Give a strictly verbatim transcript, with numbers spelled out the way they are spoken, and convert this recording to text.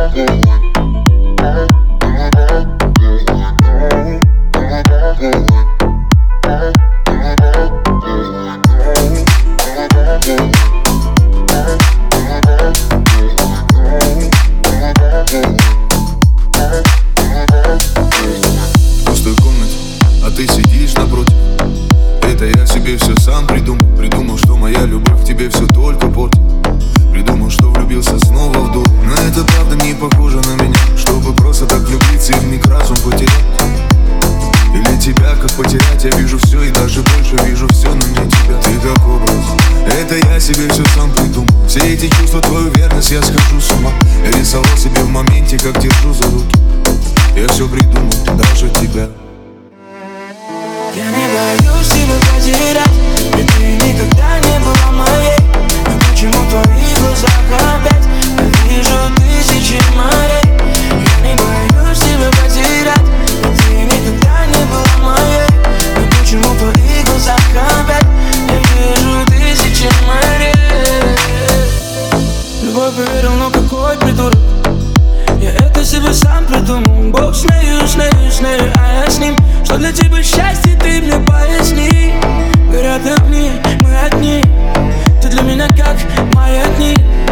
Ты сидишь напротив. Это я себе все сам придумал. Придумал, что моя любовь к тебе все только портит. Придумал, что влюбился снова в дух. Но это правда не похоже на меня, чтобы просто так влюбиться и вмиг разум потерять. Или тебя как потерять, я вижу все и даже больше вижу все, но не тебя. Ты как образ, это я себе все сам придумал. Все эти чувства, твою верность, я схожу с ума. Я рисовал себе в моменте, как держу за руки. Я все придумал, даже тебя. Я не боюсь тебя потерять, ведь ты никогда не была моей. Но почему в твоих глазах опять я вижу тысячи морей? Я не боюсь тебя потерять, ведь ты никогда не была моей. Но почему в твоих глазах опять я вижу тысячи морей? Любовь поверил, но какой придурок. Я это себе сам придумал. Бог с нею, с нею, с нею, а я с ним. Что для тебя счастье, ты мне поясни. Горят огни, мы одни. Ты для меня как маятник.